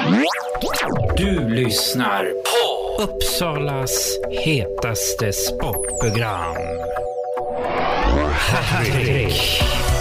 Du lyssnar på Uppsalas hetaste sportprogram. Hattrick.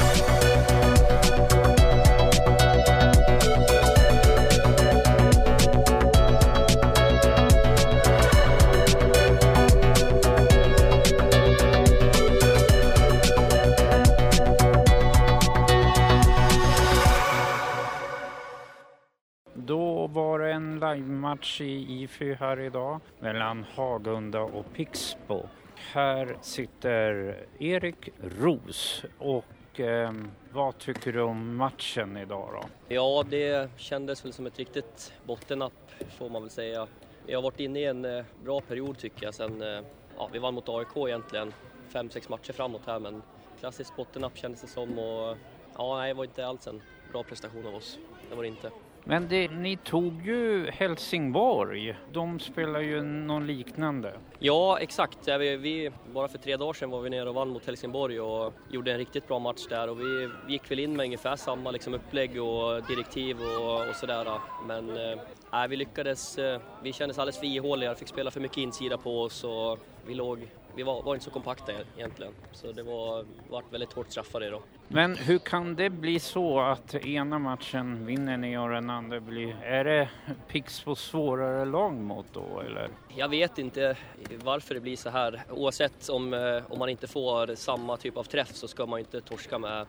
Då var det en live-match i IFY här idag mellan Hagunda och Pixbo. Här sitter Erik Roos och vad tycker du om matchen idag då? Ja, det kändes väl som ett riktigt bottennapp får man väl säga. Vi har varit inne i en bra period tycker jag sen vi vann mot AIK egentligen 5-6 matcher framåt här, men klassiskt bottennapp kändes det som och det var inte alls en bra prestation av oss. Det var det inte. Men ni tog ju Helsingborg. De spelar ju någon liknande. Ja, exakt. Vi bara för 3 dagar sedan var vi nere och vann mot Helsingborg och gjorde en riktigt bra match där. Och vi gick väl in med ungefär samma upplägg och direktiv och sådär. Men vi lyckades. Vi kändes alldeles för ihåliga. Fick spela för mycket insida på oss och vi var inte så kompakta egentligen. Så det var väldigt hårt straffade idag. Men hur kan det bli så att ena matchen vinner ni och den andra blir... Är det Pixbo svårare lag mot då eller? Jag vet inte varför det blir så här. Oavsett om man inte får samma typ av träff så ska man inte torska med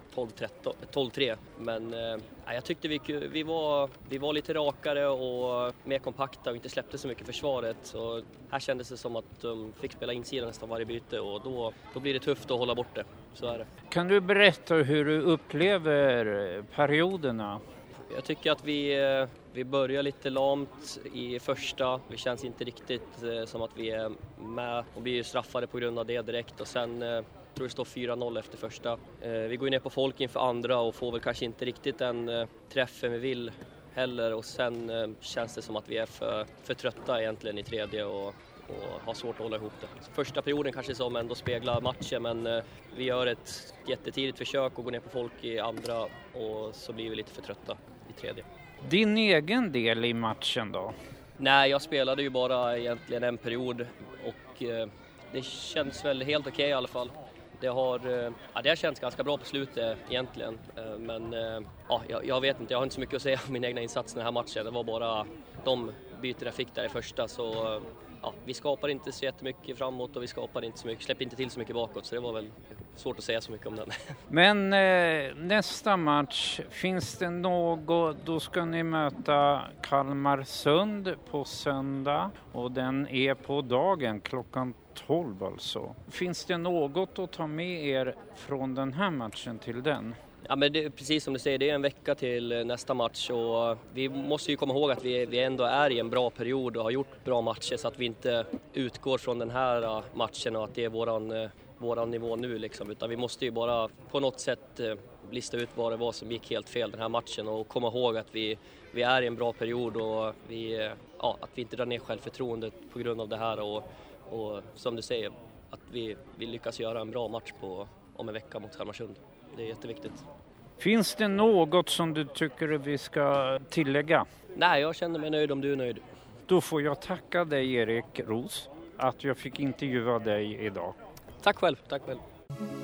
12-3. Men jag tyckte vi var lite rakare och mer kompakta och inte släppte så mycket försvaret. Så här kändes det som att de fick spela insidan nästan varje byte och då blir det tufft att hålla bort det. Så är det. Kan du berätta hur du upplever perioderna? Jag tycker att vi börjar lite lamt i första. Vi känns inte riktigt som att vi är med och blir straffade på grund av det direkt. Och sen tror det står 4-0 efter första. Vi går ner på folk inför andra och får väl kanske inte riktigt den träffen vi vill heller. Och sen känns det som att vi är för trötta egentligen i tredje och har svårt att hålla ihop det. Första perioden kanske som ändå speglar matchen, men vi gör ett jättetidigt försök att gå ner på folk i andra och så blir vi lite för trötta i tredje. Din egen del i matchen då? Nej, jag spelade ju bara egentligen en period och det känns väl helt okej i alla fall. Det har känts ganska bra på slutet egentligen, men jag vet inte, jag har inte så mycket att säga om min egna insats i den här matchen. Det var bara de byten jag fick där i första, så vi skapar inte så jättemycket framåt och vi släpper inte till så mycket bakåt, så det var väl svårt att säga så mycket om den. Men nästa match, finns det något, då ska ni möta Kalmarsund på söndag och den är på dagen klockan 12 alltså. Finns det något att ta med er från den här matchen till den? Ja, men det, precis som du säger, det är en vecka till nästa match och vi måste ju komma ihåg att vi ändå är i en bra period och har gjort bra matcher, så att vi inte utgår från den här matchen och att det är våran nivå nu liksom, utan vi måste ju bara på något sätt lista ut vad det var som gick helt fel den här matchen och komma ihåg att vi är i en bra period och att vi inte drar ner självförtroendet på grund av det här och som du säger, att vi lyckas göra en bra match om en vecka mot Kalmarsund. Det är jätteviktigt. Finns det något som du tycker vi ska tillägga? Nej, jag känner mig nöjd om du är nöjd. Då får jag tacka dig, Erik Roos, att jag fick intervjua dig idag. Tack själv.